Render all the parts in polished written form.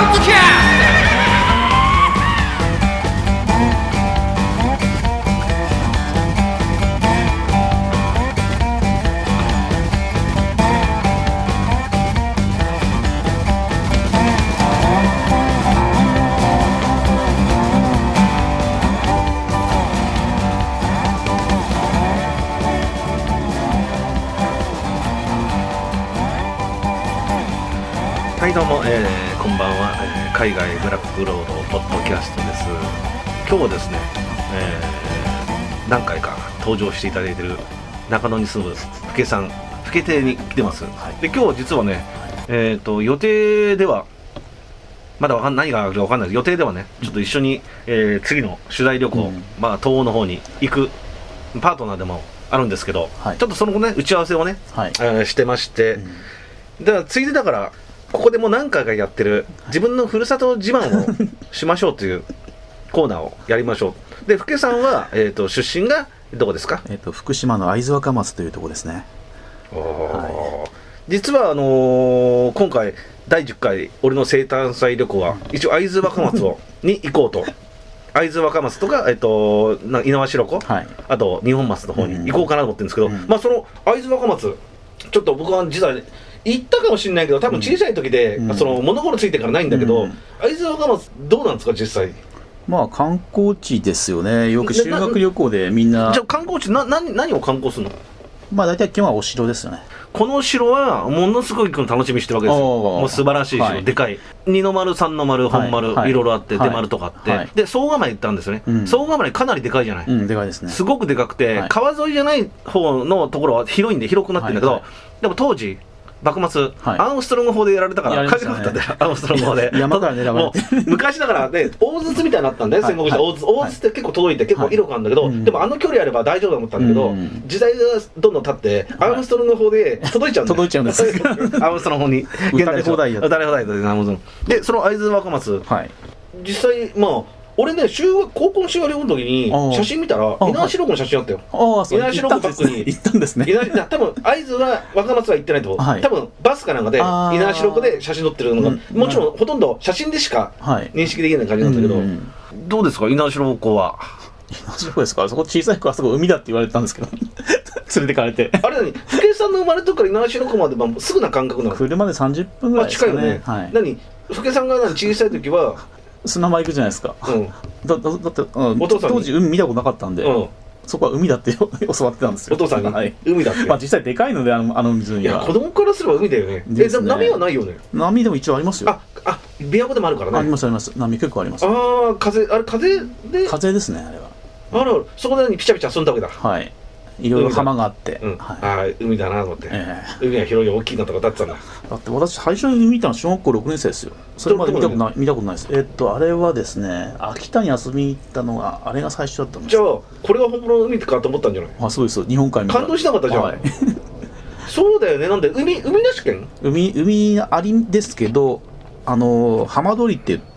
ッドキャスはいどうも、こんばんは、海外ブラックロードポッドキャストです。今日はですね、何回か登場していただいている中野に住むふけさん、ふけ亭に来てます、はい、で今日実はね、予定ではまだ何があるか分かんないです。予定ではねちょっと一緒に、次の取材旅行、東欧の方に行くパートナーでもあるんですけど、はい、ちょっとその後ね打ち合わせをね、はい、してまして、だからついでだからここでもう何回かやってる自分のふるさと自慢をしましょうというコーナーをやりましょう。で、ふけさんは、出身がどこですか？ 福島の会津若松というところですね。 はい、実は今回第10回俺の生誕祭旅行は一応会津若松に行こうと会津若松とか、猪苗代湖、はい、あと二本松の方に行こうかなと思ってるんですけど、その会津若松ちょっと僕は実は行ったかもしれないけど多分小さい時で、その物心ついてからないんだけど、会津若松どうなんですか実際？ まあ観光地ですよね。よく修学旅行でみんな。 じゃあ観光地何を観光するの？ まあ大体基本はお城ですよね。 この城はものすごい楽しみにしてるわけですよ。もう素晴らしい城、はい、でかい二の丸三の丸本丸、はい、いろいろあって、出丸とかあって、はい、で総構行ったんですよね、総構かなりでかいじゃない、 でかいですね。 すごくでかくて、川沿いじゃない方のところは広いんで広くなってるんだけど、でも当時幕末、アームストロング法でやられたから帰りなかったんだよ、アームストロング法で山から狙われて昔だからね大筒みたいになったんだよ、戦国時代大筒って結構届いて結構威力あるんだけど、でも距離あれば大丈夫だと思ったんだけど、時代がどんどん経ってアームストロング法で届いちゃうんだよ、 届いちゃうんですアームストロング法に撃たれ放題や撃たれ放題で、その会津若松、実際俺ね高校の修学旅行の時に写真見たら猪苗代湖の写真あったよ。猪苗代湖バックに行ったんですね。 多分会津は若松は行ってないと思う、多分バスかなんかで猪苗代湖で写真撮ってるのが、もちろんほとんど写真でしか認識できない感じなんだけど、どうですか猪苗代湖は？ 猪苗代湖ですか？そこ小さい子はそこ海だって言われてたんですけど連れてかれてあれ何ふけさんの生まれたとこから猪苗代湖まですぐな感覚なの？ 車で30分ぐらいですかね。 近いよね、はい、何ふけさんが小さい時は砂場行くじゃないですか、だって当時海見たことなかったんで、そこは海だって教わってたんですよ、 お父さんに、はい、海だって実際でかいので湖は。 いや子供からすれば海だよね。波はないよね？ 波でも一応ありますよ。 琵琶湖でもあるからね。 ありますあります、波結構あります。 風ですねあれは。 そこでピチャピチャ遊んだわけだ。 はい、いろいろ浜があって、 海だなと思って、海が広い大きいのとか立ってたんだ。 だって私最初に海見たの小学校6年生ですよ。それまで見たことないです。あれはですね、秋田に遊びに行ったのがあれが最初だったんです。 じゃあこれが本物の海かと思ったんじゃない？ そうです、日本海見た。 感動しなかったじゃん、そうだよね。なんで海なし県？ 海ありですけど、浜通りって言って、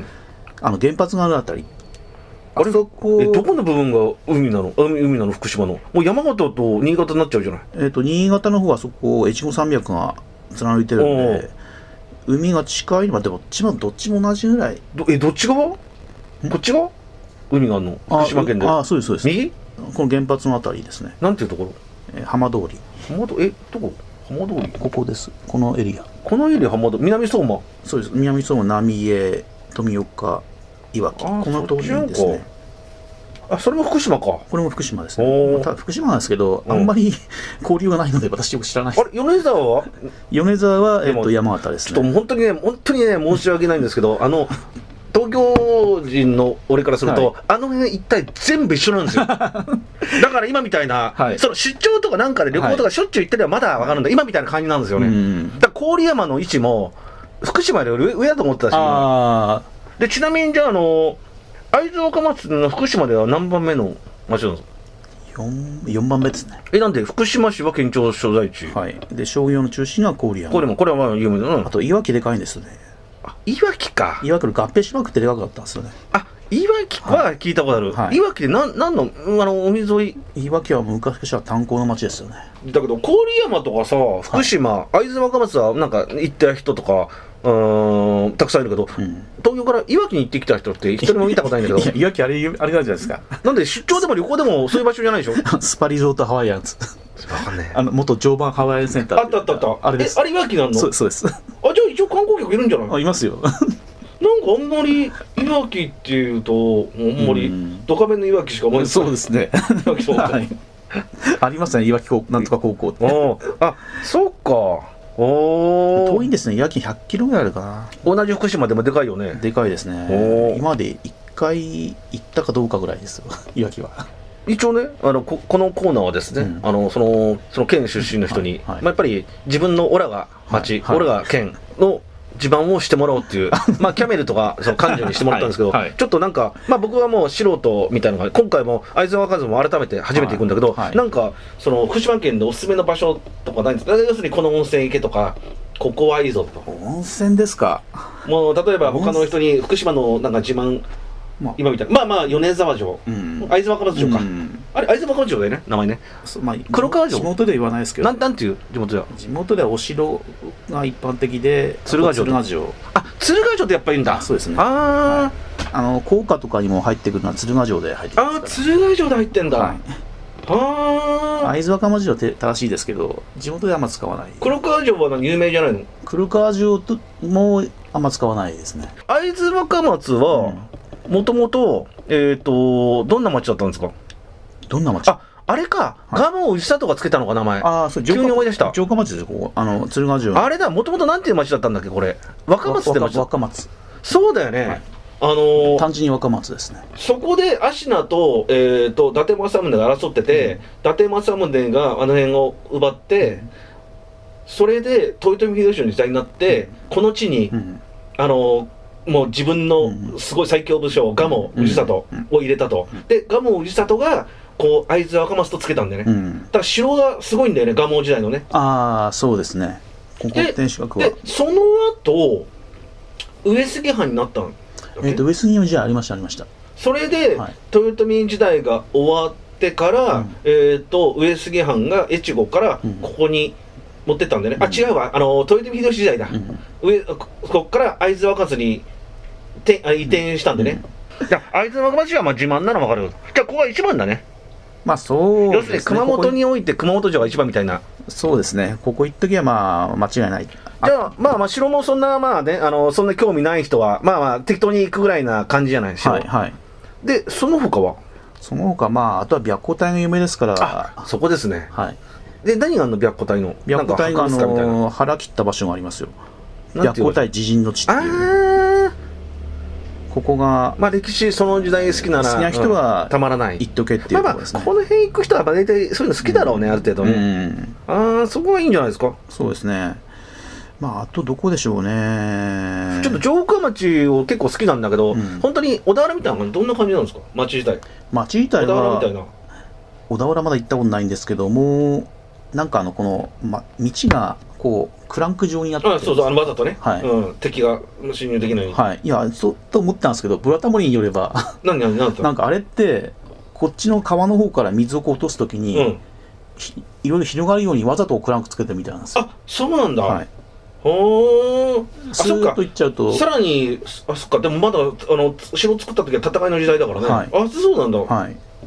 原発があるあたり。 あれがどこの部分が海なの福島の？もう山形と新潟になっちゃうじゃない。 新潟の方はそこ越後山脈が貫いてるんで、海が近いのはでもどっちも同じぐらい。 どっち側？こっち側？海があるの？福島県で。 そうですそうです。 右？ この原発のあたりですね。 なんていうところ？ 浜通り。 どこ？浜通り？ ここです。このエリア。 浜通り。南相馬。 そうです。南相馬、浪江、富岡、いわき、この通りですね。 それも福島か。 これも福島ですね。福島なんですけど、あんまり交流がないので私よく知らない。 米沢は山形ですね。 ちょっと本当にね申し訳ないんですけど、東京人の俺からすると、あの辺一帯全部一緒なんですよ。だから今みたいな、その出張とかなんかで旅行とかしょっちゅう行ってればまだ分かるんだ、今みたいな感じなんですよね。だから郡山の位置も福島より上だと思ってたし、でちなみにじゃあ会津若松の福島では何番目の町なんですか ？4番目ですね。 なんで福島市は県庁所在地。 で商業の中心が郡山。 これはまあ有名だな。 あといわきでかいんですね。 いわきか。 いわきの合併しまくってでかかったんですよね。 いわきは聞いたことある。いわきで何の海沿い？いわきは昔は炭鉱の町ですよね。 だけど郡山とかさ福島、会津若松はなんか行った人とかたくさんいるけど、東京からいわきに行ってきた人って一人も見たことないんだけど、 いわきあれなんじゃないですか。 なんで出張でも旅行でもそういう場所じゃないでしょ。 スパリゾートハワイアンズ。 わかんね元常磐ハワイアンセンター。 あったあれです。あれいわきなんの？ そうです。 あ、じゃあ一応観光客いるんじゃない？ いますよ。 なんかあんまりいわきっていうとあんまりドカベンのいわきしか思いない。 そうですね。ありますね、いわきなんとか高校って。 あ、そうか。 遠いんですね。いわき100キロぐらいあるかな。 同じ福島でもでかいよね。 でかいですね。今まで1回行ったかどうかぐらいですよ、いわきは。 一応ね、このコーナーはですね、その県出身の人に、やっぱり自分のオラが町、オラが県の自慢をしてもらおうっていう、まあキャメルとかその漢字にしてもらったんですけど、ちょっとなんか、まあ僕はもう素人みたいなのが、今回も会津若松も改めて初めて行くんだけど、なんかその福島県でおすすめの場所とかないんですか？要するにこの温泉行けとか、ここはいいぞとか。 温泉ですか？ もう例えば他の人に福島のなんか自慢、今みたいな、まあ米沢城、会津若松城か、あれ会津若松城だよね、名前ね。黒川城、 地元では言わないですけど、 なんていう地元では？ 地元ではお城が一般的で、 鶴ヶ城。あ、鶴ヶ城ってやっぱりいるんだ。 そうですね。高架とかにも入ってくるのは鶴ヶ城で入ってくる。 鶴ヶ城で入ってんだ。 会津若松城は正しいですけど、地元ではあんま使わない。 黒川城は有名じゃないの？ 黒川城もあんま使わないですね。 会津若松はもともとどんな町だったんですか？ どんな町？ あれか、蒲生氏里がつけたのか、名前。 そう、 急に思い出した。 城下町ですよ、ここ。鶴ヶ城。 あれだ、もともとなんていう町だったんだっけ、これ。若松って町。 若松。 そうだよね。 単純に若松ですね。 そこで芦名と伊達政宗が争ってて、伊達政宗があの辺を奪って、それで豊臣秀吉の時代になって、この地にもう自分のすごい最強武将蒲生氏里を入れたと。で蒲生氏里がこう会津若松とつけたんだよね。だから城がすごいんだよね、蒲生時代のね。 そうですね。ここ天守閣は。 でその後上杉藩になったん。 上杉の時代ありました。 それで、豊臣時代が終わってから、上杉藩が越後からここに持ってったんだよね。違うわ、豊臣秀吉時代だ。ここから会津若松に移転したんでね。じゃあ会津若松はまあ自慢なの分かる。じゃあここが一番だね。 そうですね。 要するに熊本において熊本城が一番みたいな。 そうですね。ここ行っときはまあ間違いない。 じゃあまあ城もそんなまあね、そんな興味ない人はまあ適当に行くぐらいな感じじゃないですか。でその他は？ その他あとは白虎隊が有名ですから。 そこですね。で何があるの白虎隊の？ 白虎隊が腹切った場所がありますよ。白虎隊自陣の地っていう。ここが歴史その時代好きな人はたまらない。 行っとけっていうことですね。 この辺行く人は大体そういうの好きだろうね、ある程度ね。そこはいいんじゃないですか。 そうですね。あとどこでしょうね。 ちょっと城下町を結構好きなんだけど、本当に小田原みたいなのどんな感じなんですか、町自体。 町自体は小田原まだ行ったことないんですけども、なんかこの道がこうクランク状になってて、 そうわざとね、敵が侵入できない。 いやと思ったんですけど、ブラタモリによればなんかあれってこっちの川の方から水を落とすときに、いろいろ広がるようにわざとクランクつけてみたいなんですよ。 そうなんだ。 スーッといっちゃうとさらにそっか。でもまだ城作った時は戦いの時代だからね。そうなんだ。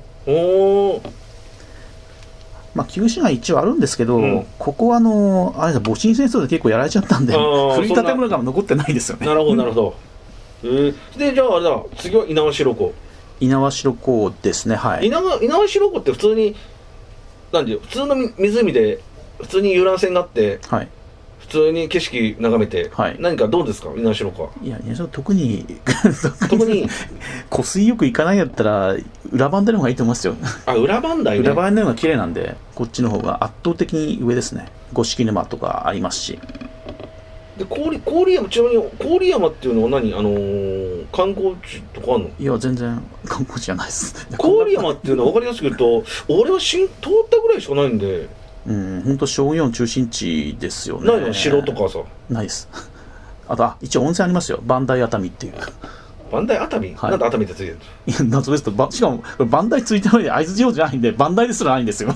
旧市街一応あるんですけど、ここはあれだ、戊辰戦争で結構やられちゃったんで、古い建物が残ってないですよね。 なるほどなるほど。でじゃああれだ、次は猪苗代湖。 猪苗代湖ですね。 猪苗代湖って普通に普通の湖で普通に遊覧船があって、普通に景色眺めて、何かどうですか、猪苗代湖は。 いや特に湖水よく行かないんだったら裏磐梯の方がいいと思いますよ。 裏磐梯ね。 裏磐梯の方が綺麗なんで、こっちの方が圧倒的に上ですね。五色沼とかありますし。 で郡山、ちなみに郡山っていうのは何、観光地とかあるの？ いや全然観光地じゃないです。 郡山っていうのは分かりやすく言うと俺は通ったぐらいしかないんで。 本当商業の中心地ですよね。 ないの？城とかさ。 ないです。あと一応温泉ありますよ。磐梯熱海っていう。 磐梯熱海？なんで熱海ってついてるの？ いや謎ですと。しかも磐梯ついてるのに会津地方じゃないんで、磐梯ですらないんですよ。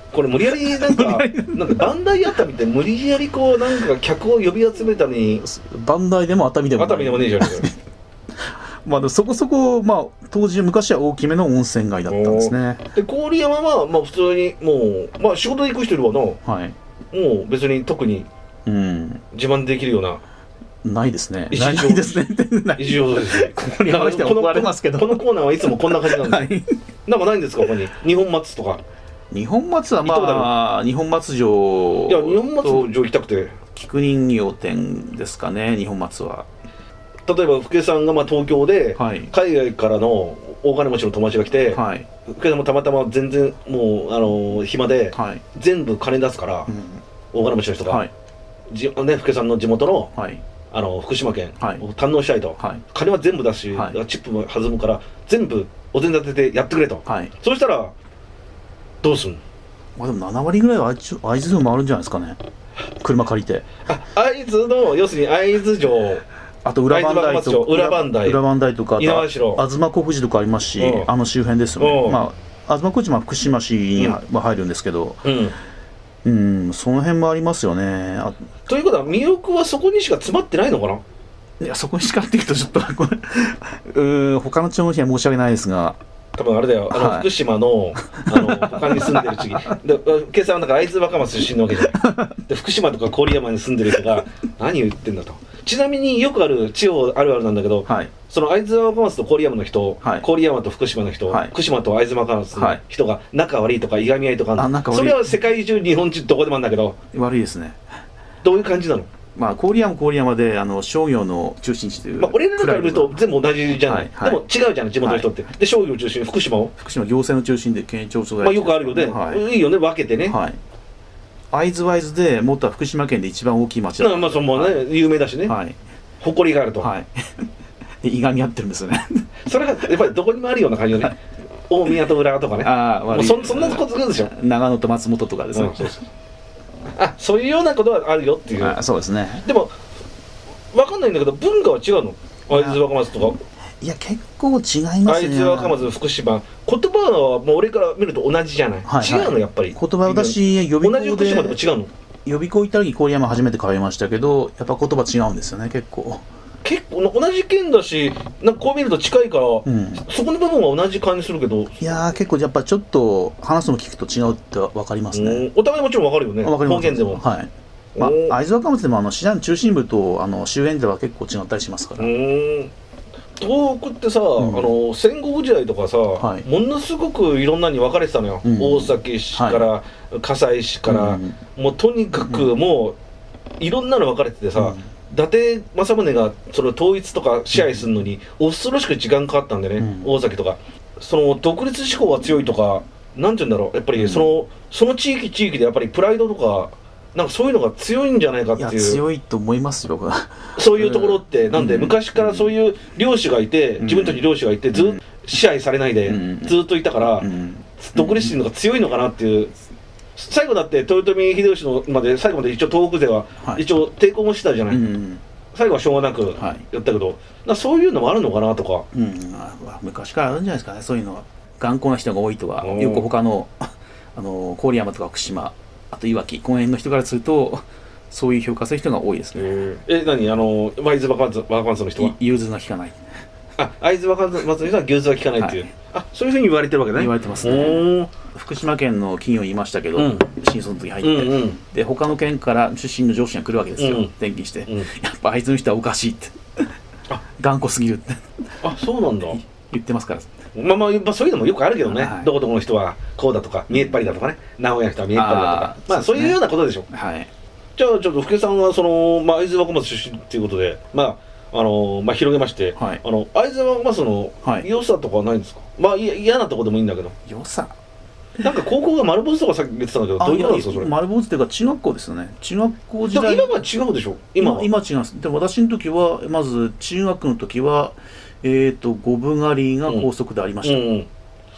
これ無理やりなんかバンダイ熱海って無理やりこうなんか客を呼び集めるためにバンダイでも熱海でも熱海でもねえじゃんまあそこそこ、まあ、当時昔は大きめの温泉街だったんですね。 で郡山はまあ普通にもう、まあ、仕事で行く人いるわな、 はい、 もう別に特に自慢できるような、 ないですね。 ないですね。一応ですね。このコーナーはいつもこんな感じなんです。はい、なんかないんですか、他に。日本松とか。 日本松はまあ日本松城。 いや日本松城行きたくて。 菊人形店ですかね、日本松は。 例えば福江さんがまあ東京で、海外からの大金持ちの友達が来て、福江さんもたまたま全然もう暇で、全部金出すから、大金持ちの人が、福江さんの地元の、福島県を堪能したいと、金は全部出すし、チップも弾むから全部お膳立ててやってくれと、そうしたらどうすんの？ まあでも7割ぐらいは会津城回るんじゃないですかね、車借りて。 会津の要するに会津城、あと裏磐梯とか東小富士とかありますし、あの周辺ですよね。まあ東小富士は福島市に入るんですけど、その辺もありますよね。 ということは魅力はそこにしか詰まってないのかな。 いや、そこにしかっていうとちょっと他の地方には申し訳ないですが、 多分あれだよ、福島の他に住んでる地域で、計算はだから会津若松出身なわけじゃないで、福島とか郡山に住んでる人が何を言ってんだと。ちなみによくある地方あるあるなんだけど、その会津若松と郡山の人、郡山と福島の人、福島と会津若松の人が仲悪いとかいがみ合いとか、それは世界中日本中どこでもあるんだけど、 悪いですね。 どういう感じなの？ まあ郡山で商業の中心地という、 俺らから見ると全部同じじゃない、でも違うじゃん地元の人って。で商業中心、福島行政の中心で県庁所在、 よくあるよね、いいよね、分けてね。 会津は会津でもっとは福島県で一番大きい町だった。 まあそのね有名だしね、誇りがあると。 でいがみ合ってるんですよね。 それがやっぱりどこにもあるような感じよね。大宮と浦和とかね。そんなことするでしょ。 長野と松本とかですね。 そういうようなことはあるよっていう。 そうですね。 でも分かんないんだけど文化は違うの？会津若松とか。 いや結構違いますね。 会津若松、福島、言葉はもう俺から見ると同じじゃない。違うのやっぱり。 言葉私予備校で同じ福島でも違うの？ 予備校行った時郡山初めて通いましたけど、やっぱ言葉違うんですよね、結構同じ県だし、なんかこう見ると近いから、そこの部分は同じ感じするけど、 いやー結構やっぱちょっと話すの聞くと違うって分かりますね。 お互いもちろん分かるよね、方言でも。 会津若松でも市内の中心部と周辺では結構違ったりしますから。 東北ってさ、戦国時代とかさ、ものすごくいろんなに分かれてたのよ、大崎市から葛西市から、もうとにかくもういろんなの分かれててさ、伊達政宗がその統一とか支配するのに恐ろしく時間かかったんでね、大崎とか。その独立志向が強いとか、なんて言うんだろう、やっぱりその地域でやっぱりプライドとかなんかそういうのが強いんじゃないかっていう。 いや強いと思いますよそういうところってなんで、昔からそういう領主がいて、自分たちに領主がいてずっと支配されないでずっといたから、独立心のが強いのかなっていう。最後だって豊臣秀吉のまで最後まで一応東北勢は一応抵抗もしてたじゃない、最後はしょうがなくやったけど、そういうのもあるのかなとか、 昔からあるんじゃないですかね、そういうのは。頑固な人が多いとか、よく他の郡山とか福島、あといわき、この辺の人からするとそういう評価する人が多いですね。 何会津若松の人は融通が利かない。 会津若松の人は融通が利かないっていう、そういうふうに言われてるわけね。 言われてますね。福島県の企業にいましたけど、新卒の時入って、で他の県から出身の上司が来るわけですよ、転勤して、やっぱ会津の人はおかしいって頑固すぎるってそうなんだ言ってますから。 そういうのもよくあるけどね、どこどこの人はこうだとか見えっ張りだとかね、名古屋の人は見えっ張りだとか、そういうようなことでしょ。じゃあちょっと福江さんは会津若松出身っていうことで広げまして、会津若松の良さとかはないんですか？嫌なとこでもいいんだけど。 良さなんか高校が丸坊主とかさっき言ってたんだけど、どういうことですかそれ？ 丸坊主っていうか中学校ですよね。中学校時代。 今は違うでしょ？今違います。でも私の時はまず中学の時は五分狩りが校則でありました。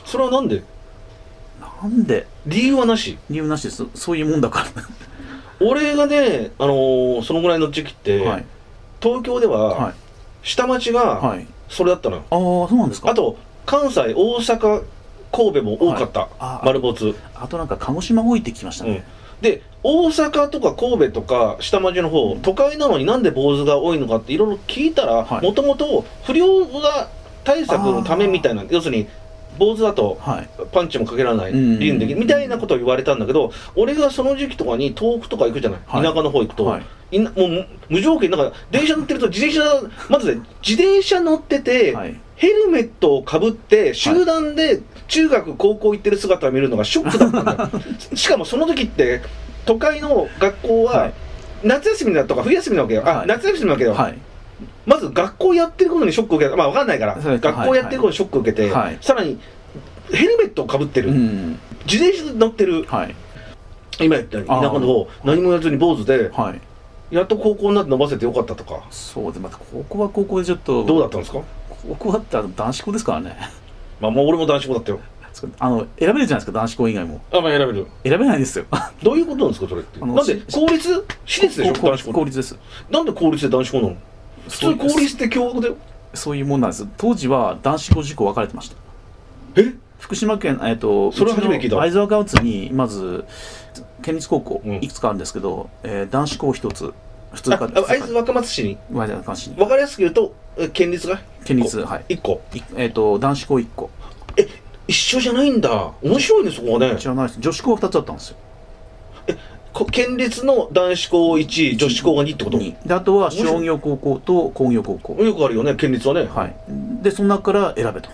それはなんで？理由はなし？ 理由なしです。そういうもんだから俺がねそのぐらいの時期って、東京では下町がそれだったのよ。 そうなんですか。 あと関西大阪神戸も多かった、丸坊主。 あとなんか鹿児島多いって聞きましたね。 で大阪とか神戸とか下町の方、都会なのになんで坊主が多いのかっていろいろ聞いたら、もともと不良が対策のためみたいな、要するに坊主だとパンチもかけられない、輪廻みたいなことを言われたんだけど、俺がその時期とかに遠くとか行くじゃない、田舎の方行くと、もう無条件、なんか電車乗ってるとまずね、自転車乗ってて、ヘルメットをかぶって集団で中学高校行ってる姿を見るのがショックだったんだよしかもその時って都会の学校は夏休みだとか冬休みなわけよ、夏休みなわけよ、まず学校やってることにショックを受けた、まあ分かんないから、学校やってることにショックを受けて、さらにヘルメットをかぶってる、自転車で乗ってる、今言ったように田舎の方何もやらずに坊主で、やっと高校になって伸ばせてよかったとか。 そうで、また高校は高校でちょっとどうだったんですか？ 高校だって男子校ですからね。 まあもう俺も男子校だったよ。 選べるじゃないですか、男子校以外も。 まあ選べる。 選べないですよ。 どういうことなんですかそれって。なんで公立？私立でしょ男子校。 公立です。 なんで公立で男子校なの？普通公立って共学だよ。 そういうもんなんです。当時は男子校女子校分かれてました。福島県それは初めて聞いた。会津若松にまず県立高校いくつかあるんですけど、男子校一つ。普通か会津若松市に。分かりやすく言うと県立が1個。 男子校1個。 一緒じゃないんだ。面白いねそこはね。 じゃないです。女子校は2つあったんですよ。 県立の男子校1、女子校が2ってこと？ であとは商業高校と工業高校。 よくあるよね県立はね。 でその中から選べと。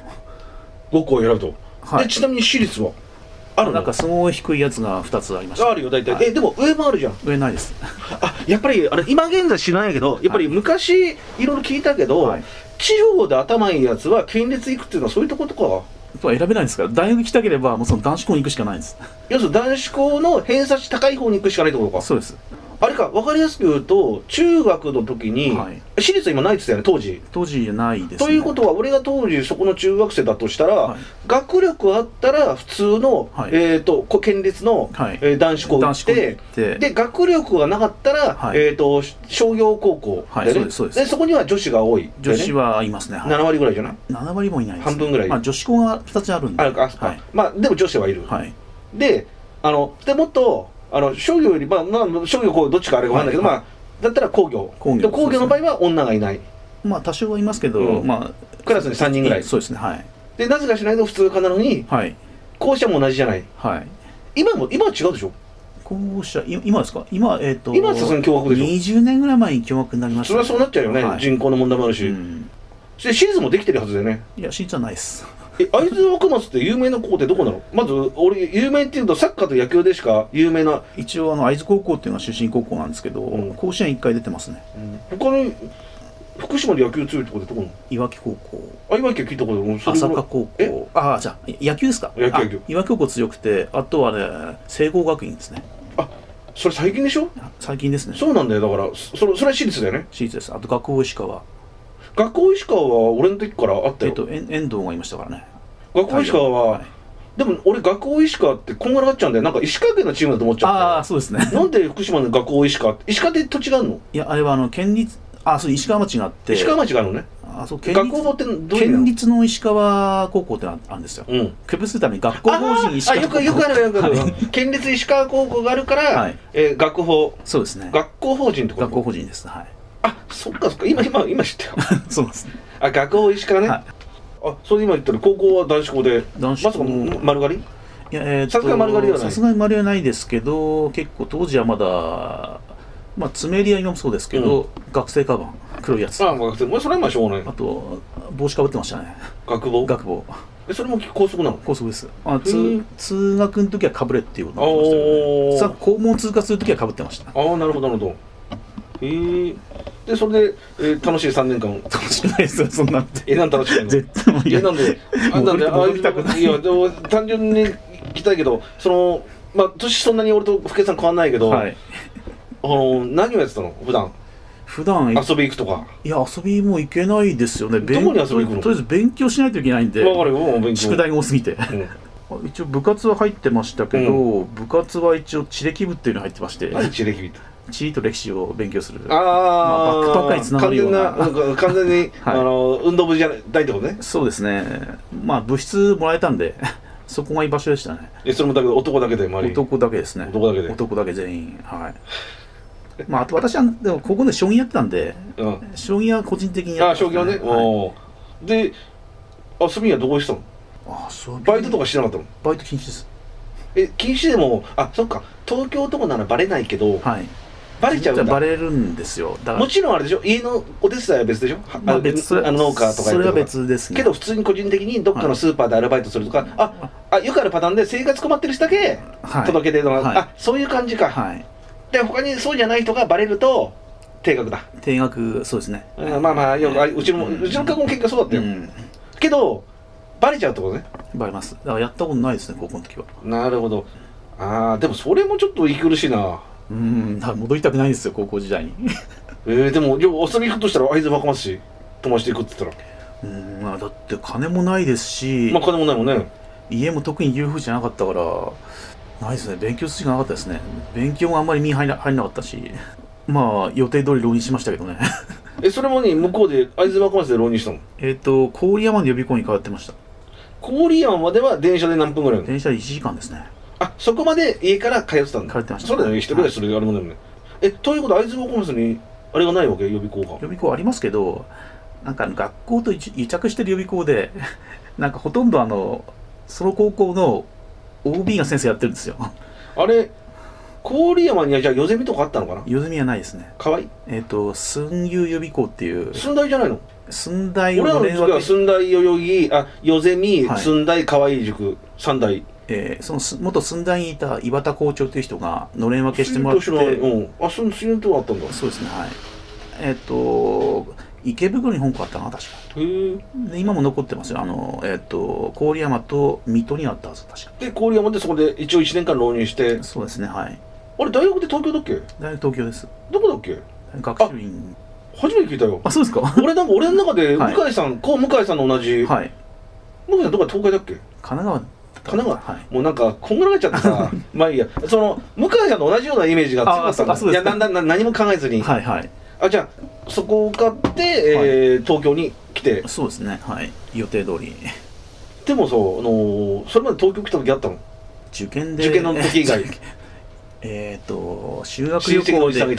5校選ぶと。でちなみに私立はあるの？ なんかすごい低いやつが2つありました。 あるよ大体。でも上もあるじゃん。 上ないです。 やっぱり今現在知らないけど、やっぱり昔いろいろ聞いたけど、地方で頭いいやつは県立行くっていうのはそういうとことか。 選べないんですから、大学行きたければもうその男子校に行くしかないんです。 要するに男子校の偏差値高い方に行くしかないってことか。 そうです。 あれか、分かりやすく言うと中学の時に、私立は今ないって言ってたよね当時ないですね。 ということは俺が当時そこの中学生だとしたら、学力あったら普通の、県立の、男子校行ってで学力がなかったら、商業高校でね。でそこには女子が多い。 女子はいますね。 7割ぐらいじゃない？ 7 割もいないです。 半分ぐらい。 女子校が2つあるんで。 まあでも女子はいる。でもっと商業より商業工業どっちかあれか分かんないけど、だったら工業の場合は女がいない。 まあ多少はいますけど、 クラスに3人ぐらい。 そうですね。 でなぜかしないと普通科なのに、校舎も同じじゃない。今は違うでしょ。 校舎今ですか？今はさすがに共学でしょ。 20年ぐらい前に共学になりました。 それはそうなっちゃうよね。人口の問題もあるし。そして私立もできてるはずだよね。 いや私立はないです。 会津若松って有名な高校ってどこなの？まず俺有名っていうとサッカーと野球でしか有名な。 一応会津高校っていうのは出身高校なんですけど、甲子園1回出てますね。 他に福島で野球強いところでどこなの？ いわき高校。 いわき聞いたことある。 朝霞高校。じゃあ野球ですか？ 野球。 いわき高校強くて、あとはね聖光学院ですね。 それ最近でしょ？ 最近ですね。 そうなんだよ。だからそれは私立だよね。 私立です。あと学校石川。 学校石川は俺の時からあったよ。 遠藤がいましたからね。 学校石川は、でも俺学校石川ってこんがらがっちゃうんだよ。なんか石川県のチームだと思っちゃって。 そうですね。 なんで福島の学校石川って石川って土地があるの？ いやあれは県立そう石川町があって。 石川町があるのね。学校ってどういうの？ 県立の石川高校ってあるんですよ。区別するために学校法人石川高校。よくある。県立石川高校があるから学法。 そうですね。 学校法人ってこと？ 学校法人です。 そっか今知ったよ。 そうですね。 学校石川ね。それ今言ったら高校は男子校で。まさか丸刈り？ いやさすがに丸刈りはない。さすがに丸刈りはないですけど、結構当時はまだ爪襟は今もそうですけど、学生カバン黒いやつ。 学生。それはまあしょうがない。 あと帽子かぶってましたね。 学帽。それも校則なの？校則です。通学の時はかぶれっていうことになってましたよね。校門通過する時はかぶってました。 なるほどなるほど。でそれで、楽しい3年間。 楽しくないですよそんなんて。 なん楽しくないの？ 絶対もうなんでいやでも単純に聞きたいけど、年そんなに俺と福江さん変わんないけど、何をやってたの普段遊び行くとか？いや遊びも行けないですよね。どこに遊び行くの？とりあえず勉強しないといけないんで。わかるよ勉強。宿題が多すぎて。一応部活は入ってましたけど、部活は一応地歴部っていうのが入ってまして。地歴部って地理と歴史を勉強する。バックパッカーにつながるような完全に運動部じゃないってことね。 そうですね。部室もらえたんでそこが居場所でしたね。 それもだけど男だけで周り。 男だけですね。 男だけで。 男だけ全員。はい。まあ、あと私はでもここで将棋やってたんで、将棋は個人的にやってた、ね。将棋はね。はい、で、遊びはどこしたの？バイトとかしてなかったの？ バイト禁止です。 禁止でも、そっか、東京とかならバレないけど、 はい、 バレちゃうんだ。 バレるんですよ。だからもちろんあれでしょ、家のお手伝いは別でしょ、 まあ、別農家とかやってるとか。 それは別ですね。 けど普通に個人的にどっかのスーパーでアルバイトするとか、よくあるパターンで生活困ってる人だけ届けてるのが、そういう感じか。はい、で他にそうじゃない人がバレると定額だ。 定額、そうですね。 まあまあ、よくうちの学校も結果そうだったよ。けどバレちゃうってことね。 バレます。だからやったことないですね、高校の時は。 なるほど。でもそれもちょっと息苦しいな。 だから戻りたくないんですよ、高校時代に。 でも遊び行くとしたら会津若松市友達で行くって言ったら、 だって金もないですし、 金もないもんね。 家も特に裕福じゃなかったからないですね。勉強するしかなかったですね。勉強もあんまり身に入らなかったし、まあ予定通り浪人しましたけどね。 それもね、向こうで会津若松で浪人したの？ 郡山の予備校に通ってました。 郡山までは電車で何分ぐらい？ 電車で1時間ですね。 そこまで家から通ってたんだ。 通ってました。 そうだよね、一人暮らしするあれもね。ということは会津若松にあれがないわけ？予備校が。 予備校ありますけど、なんか学校と癒着してる予備校でなんかほとんどその高校の OB が先生やってるんですよ。 あれ郡山にはじゃあ夜ゼミとかあったのかな？ 夜ゼミはないですね。 かわいい。 寸友予備校っていう。 寸大じゃないの？ 寸大を俺らの時は寸大代々木夜ゼミ、寸大河合塾三大。 その元寸大にいた岩田校長という人がのれん分けしてもらって。 そのその水とあったんだ。 そうですね。はい。池袋に本校あったな、確か。で今も残ってますよ。郡山と水戸にあったはず、確か。 で郡山でそこで一応1年間浪人して。 そうですね。はい。 あれ大学で東京だっけ？ 大学東京です。 どこだっけ？ 学習院。 初めて聞いたよ。 そうですか。 俺の中で向井さん、向井さんの同じ。はい。向井さんどこか東海だっけ？ 神奈川。もうなんかこんがらがっちゃってさ。まあいいや。その向井さんと同じようなイメージが強かったんだ。いや何も考えずに。はいはい。じゃあそこを買って東京に来て。 そうですね。はい。予定通り。 でもそれまで東京来た時あったの？ 受験の時以外。 修学旅行で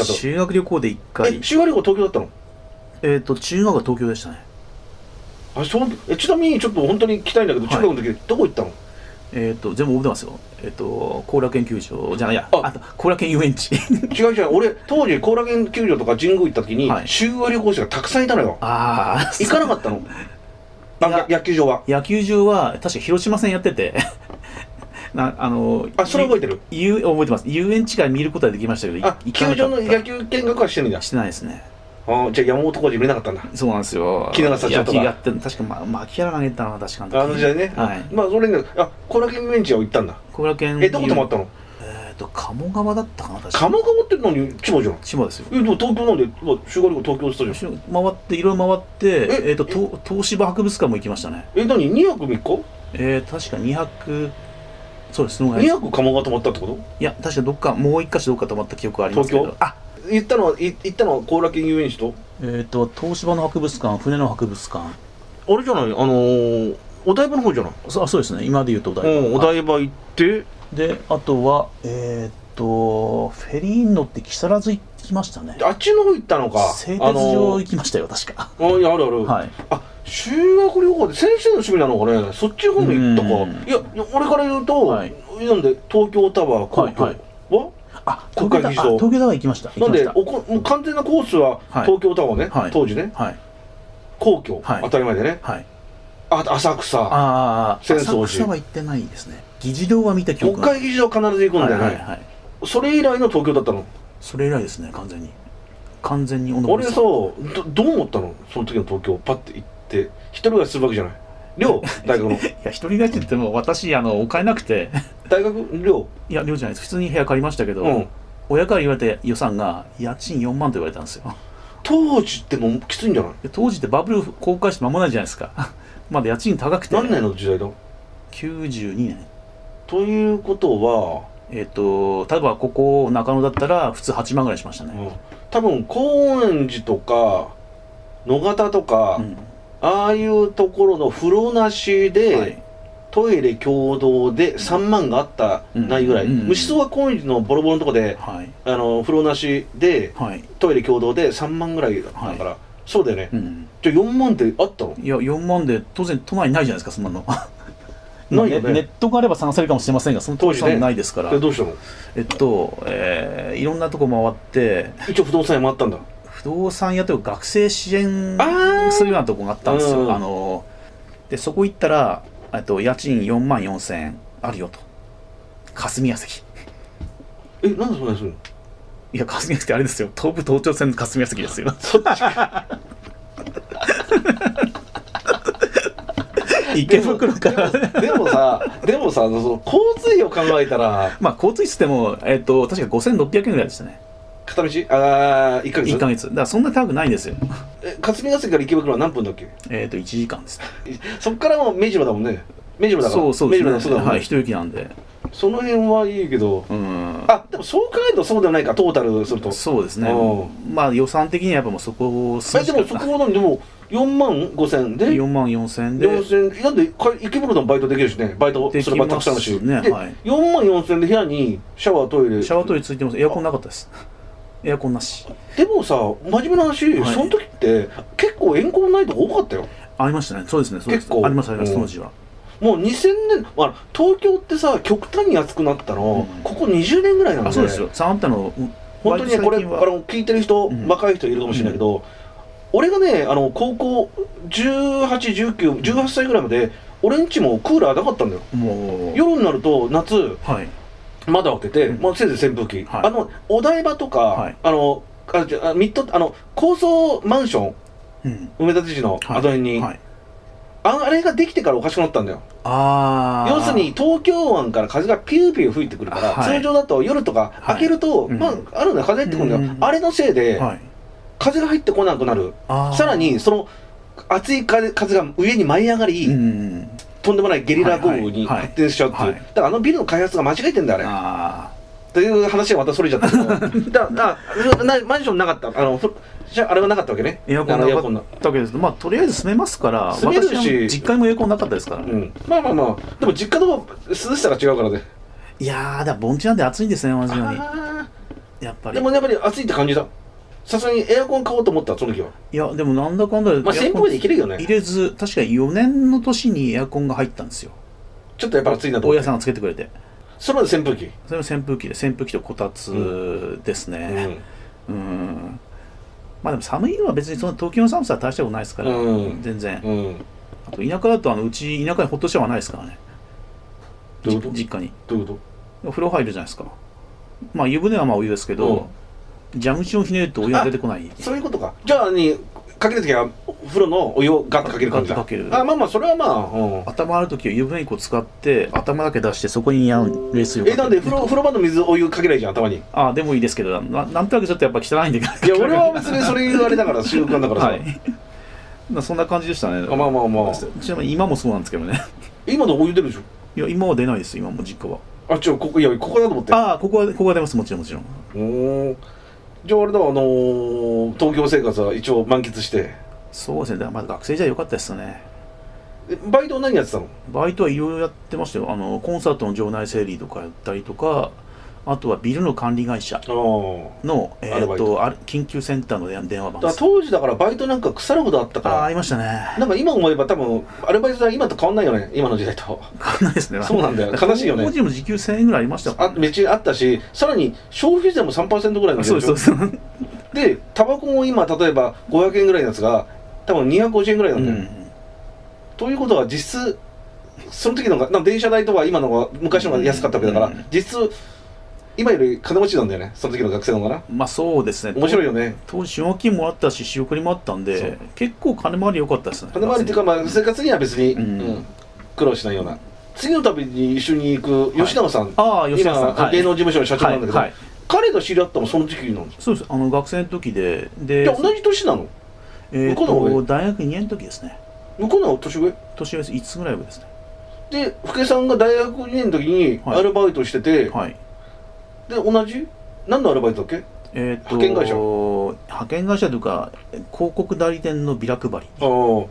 1回。 修学旅行東京だったの？ 中学は東京でしたね。 ちなみにちょっと本当に聞きたいんだけど、中学の時どこ行ったの？ 全部覚えてますよ。後楽園球場じゃないや、あと後楽園遊園地。 違う俺当時後楽園球場とか神宮行った時に修学旅行生がたくさんいたのよ。行かなかったの？野球場は確か広島戦やってて。 それ覚えてる？ 覚えてます。遊園地から見ることはできましたけど、 球場の野球見学はしてないんだ。 してないですね。 じゃあ山本浩二見れなかったんだ。 そうなんですよ。 木永社長とか。 確か牧原投げたな、確かに。 時代ね。まあそれね、後楽園遊園地は行ったんだ。 後楽園。 どこ泊まったの？ 鴨川だったかな、確か。 鴨川ってのに千葉じゃん。 千葉ですよ。 でも東京なんで修学旅行東京って言ったじゃん。 回っていろいろ回って東芝博物館も行きましたね。 何2泊3日？ 確か2泊。そうです。 2泊鴨川泊まったってこと？ いや確かどっかもう一箇所どっか泊まった記憶がありますけど。 東京？行ったのは後楽園遊園地と東芝の博物館、船の博物館。 あれじゃないお台場の方じゃない？ そうですね。今で言うとお台場。 お台場行ってであとはフェリーに乗って木更津行きましたね。 あっちの方行ったのか。 製鉄所行きましたよ確か。 いやある。はい。修学旅行で先生の趣味なのかね。そっち方面行ったか。いや俺から言うとなんで東京タワー皇居は東京タワー行きました。 なんで完全なコースは東京タワーね、当時ね、皇居当たり前でね、あと浅草、浅草は行ってないですね。議事堂は見た記憶が。 国会議事堂必ず行くんだよね。それ以来の東京だったの？それ以来ですね。完全に。 俺さどう思ったの？その時の東京パッて行って一人暮らしするわけじゃない。寮大学の。いや一人暮らしって言っても私お金なくて。 大学寮？ いや寮じゃないです。普通に部屋借りましたけど、親から言われた予算が家賃4万と言われたんですよ。 当時ってもうきついんじゃない？ 当時ってバブル崩壊して間もないじゃないですか。まだ家賃高くて。 何年の時代だ ？92年。 ということは例えばここ中野だったら普通8万ぐらいしましたね。 多分高円寺とか野方とか、ああいうところの風呂なしで、 トイレ共同で3万があったないぐらい、無思想はコンビのボロボロのとこで、 はい、 風呂なしで、はい、トイレ共同で3万ぐらいだから、はい、そうだよね、じゃあ4万ってあったの？いや 4万で当然都内にないじゃないですか、そんなのないよね。 ネットがあれば探せるかもしれませんが、その当時はないですから。 どうしたの？ いろんなとこ回って一応不動産屋回ったんだ。 不動産屋というか学生支援するようなとこがあったんですよ。でそこ行ったら家賃4万4000円あるよと。霞が関。 なんでそんなにするの？ いや、霞が関ってあれですよ、東武東長線の霞が関ですよ。 そっちか池袋からでもさその交通費を考えたらまあ交通費っつっても、確か5600円ぐらいでしたね、 片道。1ヶ月 1ヶ月だからそんな高くないんですよ。 霞が関から池袋は何分だっけ ？1時間ですね。 そっからも目白だもんね。目白だから。 そうですね、 目白だもんね。 はい、一駅なんでその辺はいいけど、でもそう考えるとそうではないか、トータルすると。 そうですね、まあ予算的にはやっぱもうそこをでもそこはでも4万5千円で 4万4千円でなんで池袋のバイトできるしね、バイトする場合たくさんあるし、 ね、 で、 はい、 4万4千円で部屋にシャワートイレついてます。エアコンなかったです。エアコンなし。 でもさ、真面目な話、はい、その時って結構エアコンないとこ多かったよ。 ありましたね。そうですね、そうです。結構あります当時は。 もう2000年、東京ってさ極端に暑くなったの、ここ20年ぐらいなんで。 そうですよ。あんたの本当にね、これ聞いてる人、若い人いるかもしれないけど、俺がね高校18、19、18歳ぐらいまで俺んちもクーラーなかったんだよ。夜になると夏、はい、窓開けて、せいぜい扇風機、はい、お台場とか、はい、高層マンション、梅田知事のあの辺に、はい、あれができてからおかしくなったんだよ。要するに東京湾から風がピューピュー吹いてくるから、はい、通常だと夜とか開けると、あるんだよ、風入ってくるんだよ、あれのせいで、風が入ってこなくなる。さらにその熱い風が上に舞い上がり、とんでもないゲリラ豪雨に発展しちゃうっていう、だからビルの開発が間違えてんだよあれ。という話はまたそれちゃったけどマンションなかった、あれはなかったわけね。 エアコンなかったわけですけど、とりあえず住めますから。 住めるし、 実家にもエアコンなかったですから。 まあでも実家の涼しさが違うからね。 いやー、だから盆地なんで暑いんですね、同じように。やっぱりでもやっぱり暑いって感じだ。さすがにエアコン買おうと思った、その時は。 いやでもなんだかんだで扇風機でいけるよね。 入れず、確か4年の年にエアコンが入ったんですよ。 ちょっとやっぱ暑いなと大家さんがつけてくれて。 それまで扇風機。 それも扇風機で、扇風機とこたつですね。まあでも寒いのは別にその東京の寒さは大したことないですから、全然。あと田舎だとうち田舎にホットシャワーないですからね。 どういうこと？ 実家に。 どういうこと？ 風呂入るじゃないですか。まあ湯船はお湯ですけど、蛇口をひねるとお湯が出てこない。 そういうことか。じゃあかけるときは風呂のお湯をガッとかける感じだ。 かける。 それは頭洗うときは湯船使って頭だけ出してそこに冷水をかける。 なんで風呂場の水お湯かけないじゃん、頭に。 でもいいですけど、なんとなくちょっとやっぱ汚いんで。いや俺は別にそれ言われだから習慣だからさ。 そんな感じでしたね。ちなみに今もそうなんですけどね。 今のお湯出るでしょ？ いや今は出ないです、今も実家は。 ここだと思って。 ここは出ます、もちろん。じゃああれだ、東京生活は一応満喫して。 そうですね、まだ学生じゃ良かったですね。 バイト何やってたの？ バイトはいろいろやってましたよ。コンサートの場内整理とかやったりとか、あとはビルの管理会社の緊急センターの電話番です。 当時だからバイトなんか腐るほどあったから。 ありましたね。 なんか今思えば多分アルバイトは今と変わんないよね、今の時代と。 変わんないですね。 そうなんだよ、悲しいよね。 当時も時給1000円ぐらいありましたからね。 めっちゃあったし、さらに消費税も 3% ぐらいなんでしょ。 そうですでタバコも今例えば500円ぐらいのやつが多分250円ぐらいなんだよ。ということは実質その時のが電車代とか今のが昔のが安かったわけだから、実質今より金持ちなんだよね、その時の学生の方がな。 そうですね。 面白いよね。 当時奨学金もあったし仕送りもあったんで、結構金回り良かったですね。 金回りっていうか生活には別に苦労しないような。次の旅に一緒に行く吉永さん、今芸能事務所の社長なんだけど、彼と知り合ったのその時期なんですか？ そうです。学生の時で。 同じ年なの？ 向こうの上？大学2年の時ですね。 向こうの年上？ 年上です。5つぐらい上ですね。 で福江さんが大学2年の時にアルバイトしてて、で同じ何のアルバイトだっけ？派遣会社？ 派遣会社というか広告代理店のビラ配り。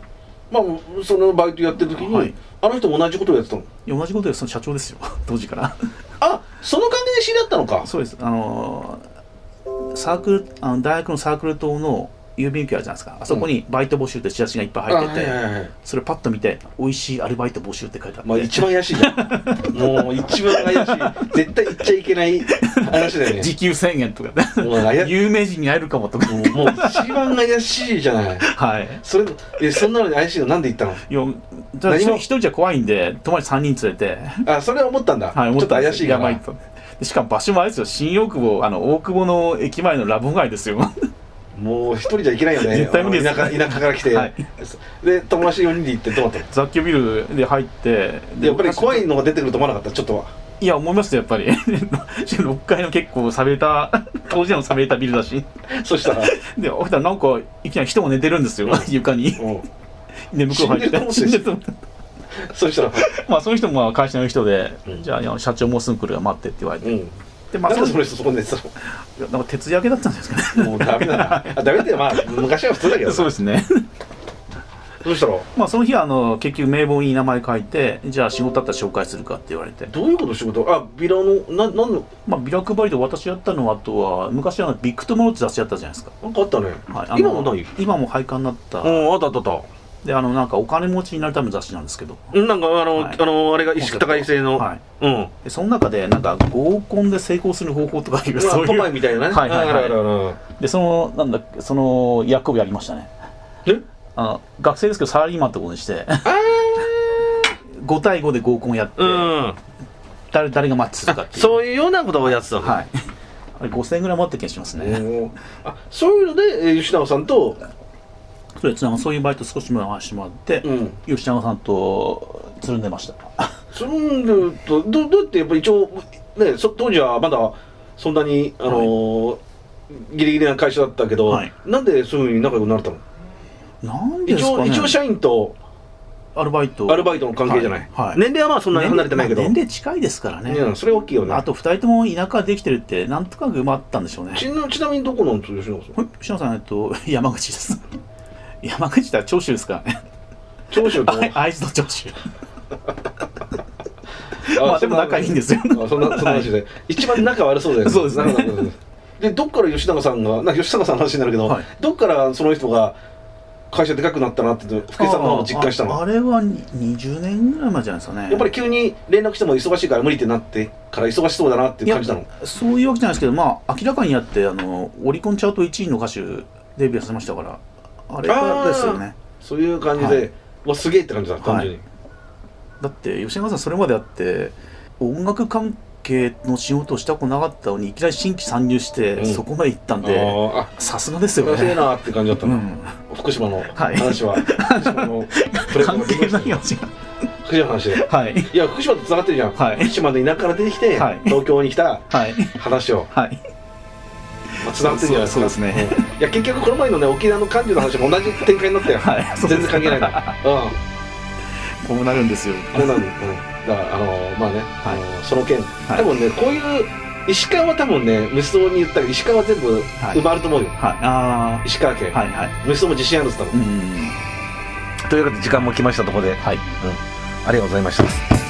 まあそのバイトやってる時に、はい、あの人も同じことをやってたの？ いや同じことでその社長ですよ当時からあ、その関係で知り合ったのか。 そうです。サークル大学のサークル棟の郵便局あるじゃないですか。あそこにバイト募集ってチラシがいっぱい入ってて、それパッと見て美味しいアルバイト募集って書いてあって、 まあ一番怪しいじゃんもう一番怪しい、絶対言っちゃいけない話だよね時給1000円とか有名人に会えるかもとかもう一番怪しいじゃないはい。そんなのに怪しいのなんで言ったの？いや一人じゃ怖いんで友達3人連れて、 あ、それは思ったんだ、はい、ちょっと怪しいから。やばいと。 しかも場所もあれですよ、新大久保大久保の駅前のラブ街ですよもう一人じゃいけないよね。 絶対無理です。 田舎から来て、はい、で友達4人で行ってどうなったの？ 雑居ビルで入ってやっぱり怖いのが出てくると思わなかった？ちょっとは。 いや思いますよやっぱり6階の結構寂れた当時の寂れたビルだしそしたらで起きたらなんかいきなり人も寝てるんですよ床にで向こう入って死んでると思ってそしたらまあその人も会社の人で、じゃあ社長もうすぐ来るから待ってって言われて、 でまあ、なんでその人そこに寝てたの？ なんか徹夜明けだったんですかね。 もうダメだな。ダメってまあ昔は普通だけど。 そうですね。 どうしたの？ まあその日は結局名簿に名前書いて、じゃあ仕事だったら紹介するかって言われて。 どういうこと仕事？あ、ビラのなんの？ まあビラ配りで私やったのはあとは昔ビッグトモロって雑誌やったじゃないですか。 なんかあったね。 はい。今もない？今も廃刊になった。 あったあったあった。 でなんかお金持ちになるための雑誌なんですけど、 なんかあれが意識高い性の、はい、 でその中でなんか合コンで成功する方法とかいうそういうポパイみたいなね、はいはいはい、 でその役をやりましたね。学生ですけどサラリーマンってことにして5対5で合コンやって、誰がマッチするかっていうそういうようなことをやってたの。 はい。あれ5000円ぐらい持ってる気がしますね。 あ、そういうので吉永さんとそういうバイト少し回してもらって、吉永さんとつるんでました。 つるんでるとどうやってやっぱり一応ね、当時はまだそんなにギリギリな会社だったけど、なんでそういうふうに仲良くなれたの？ なんですかね。 一応社員とアルバイトの関係じゃない。年齢はまあそんなに離れてないけど、 年齢近いですからね。 それ大きいよね。 あと2人とも田舎できてるってなんとか埋まったんでしょうね。 ちなみにどこなんですか吉永さん？ 吉永さん山口です。山口って長州ですからね。 長州と会津の長州。まあでも仲いいんですよ。 そんな話で一番仲悪そうだよね。 そうですね。 でどっから吉永さんの話になるけど、どっからその人が会社でかくなったなって福井さんの方も実感したの？ あれは20年ぐらい前じゃないですかね。 やっぱり急に連絡しても忙しいから無理ってなってから忙しそうだなっていう感じなの？ そういうわけじゃないですけど、まあ明らかにやってオリコンチャート1位の歌手デビューさせましたから、あれからですよね。 そういう感じで、わすげえって感じだ単純に。 だって吉永さんそれまであって音楽関係の仕事をしたことなかったのにいきなり新規参入してそこまで行ったんで、さすがですよね。 すげえなって感じだったの。福島の話は関係ない話が福島の話で、いや福島とつながってるじゃん。福島の田舎から出てきて東京に来た話をつながってるじゃないですか。 そうですね。 いや結局この前のね沖縄の幹事の話も同じ展開になったよ。全然関係ないから。 こうなるんですよ。 こうなる。だからまあね、その件多分ねこういう石川は多分ね無双に言ったら石川は全部埋まると思うよ。石川県無双も自信あるって言ったの。というわけで時間も来ましたところで、ありがとうございました。